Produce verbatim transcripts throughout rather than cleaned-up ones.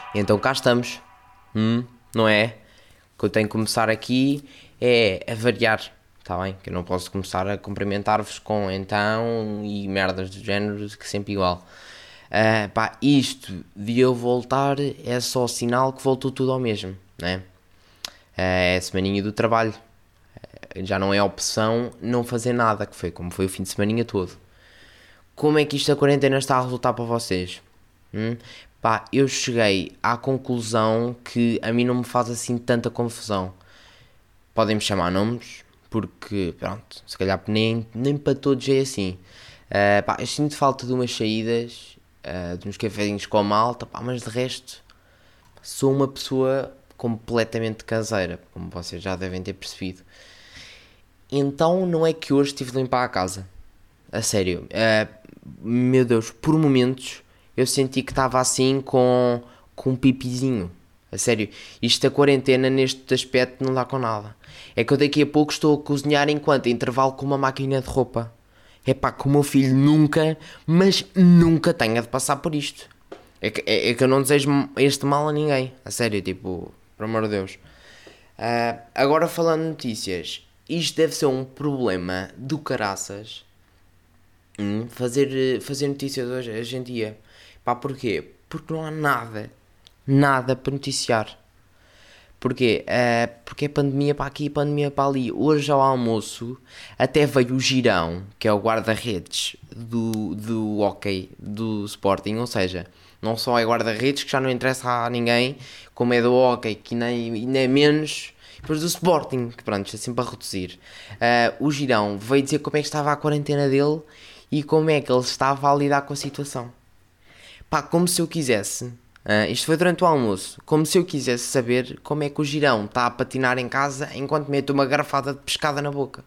Então cá estamos, hum, não é? O que eu tenho que começar aqui é a variar, está bem? Que eu não posso começar a cumprimentar-vos com então e merdas do género que sempre igual. Uh, pá, isto de eu voltar é só sinal que voltou tudo ao mesmo, né? Uh, é a semaninha do trabalho. Uh, já não é opção não fazer nada, que foi como foi o fim de semaninha todo. Como é que isto da quarentena está a resultar para vocês? Hum? Pá, eu cheguei à conclusão que a mim não me faz assim tanta confusão. Podem-me chamar nomes, porque pronto, se calhar nem, nem para todos é assim. Uh, pá, eu sinto falta de umas saídas, uh, de uns cafezinhos com a malta, pá, mas de resto sou uma pessoa completamente caseira, como vocês já devem ter percebido. Então não é que hoje tive de limpar a casa. A sério, uh, meu Deus, por momentos eu senti que estava assim com, com um pipizinho. A sério, isto da quarentena neste aspecto não dá com nada. É que eu daqui a pouco estou a cozinhar enquanto intervalo com uma máquina de roupa. É pá, que o meu filho nunca, mas nunca tenha de passar por isto. É que, é, é que eu não desejo este mal a ninguém. A sério, tipo, por amor de Deus. Uh, agora falando de notícias, isto deve ser um problema do caraças. Hum, fazer, fazer notícias hoje, hoje em dia. Pá, porquê? Porque não há nada, nada para noticiar. Porquê? Uh, porque é pandemia para aqui e pandemia para ali. Hoje ao almoço até veio o Girão, que é o guarda-redes do, do hockey do Sporting. Ou seja, não só é guarda-redes, que já não interessa a ninguém, como é do hockey, que nem, nem é menos. Depois do Sporting, que pronto, é sempre a reduzir. Uh, o Girão veio dizer como é que estava a quarentena dele e como é que ele estava a lidar com a situação. Pá, como se eu quisesse, uh, isto foi durante o almoço, como se eu quisesse saber como é que o Girão está a patinar em casa enquanto mete uma garrafada de pescada na boca.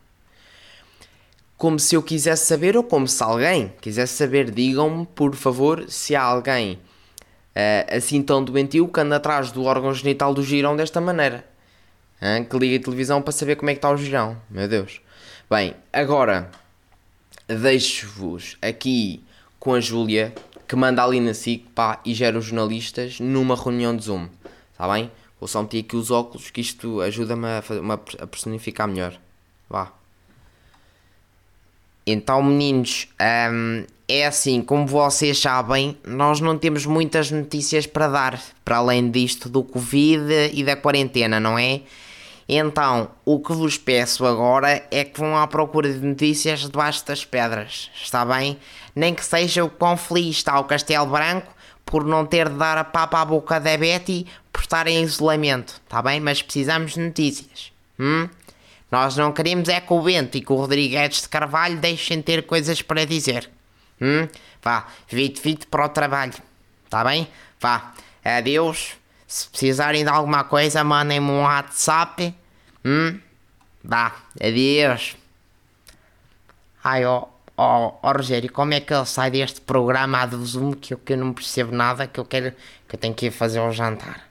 Como se eu quisesse saber, ou como se alguém quisesse saber, digam-me, por favor, se há alguém uh, assim tão doentio que anda atrás do órgão genital do Girão desta maneira. Uh, que liga a televisão para saber como é que está o Girão. Meu Deus. Bem, agora deixo-vos aqui com a Júlia, que manda ali na S I C, pá, e gera os jornalistas numa reunião de Zoom, está bem? Vou só meter aqui os óculos, que isto ajuda-me a, a personificar melhor. Vá. Então, meninos, hum, é assim, como vocês sabem, nós não temos muitas notícias para dar, para além disto do Covid e da quarentena, não é? Então, o que vos peço agora é que vão à procura de notícias debaixo das pedras, está bem? Nem que seja o quão feliz está o Castelo Branco por não ter de dar a papa à boca da Betty por estar em isolamento, está bem? Mas precisamos de notícias. Hum? Nós não queremos é que o Bento e que o Rodrigues de Carvalho deixem ter coisas para dizer. Hum? Vá, vite, vite para o trabalho, está bem? Vá, adeus. Se precisarem de alguma coisa, mandem-me um WhatsApp. Hum? Vá, adeus. Ai, ó, ó, ó Rogério, como é que ele sai deste programa do Zoom que eu, que eu não percebo nada, que eu quero, que eu tenho que ir fazer um jantar?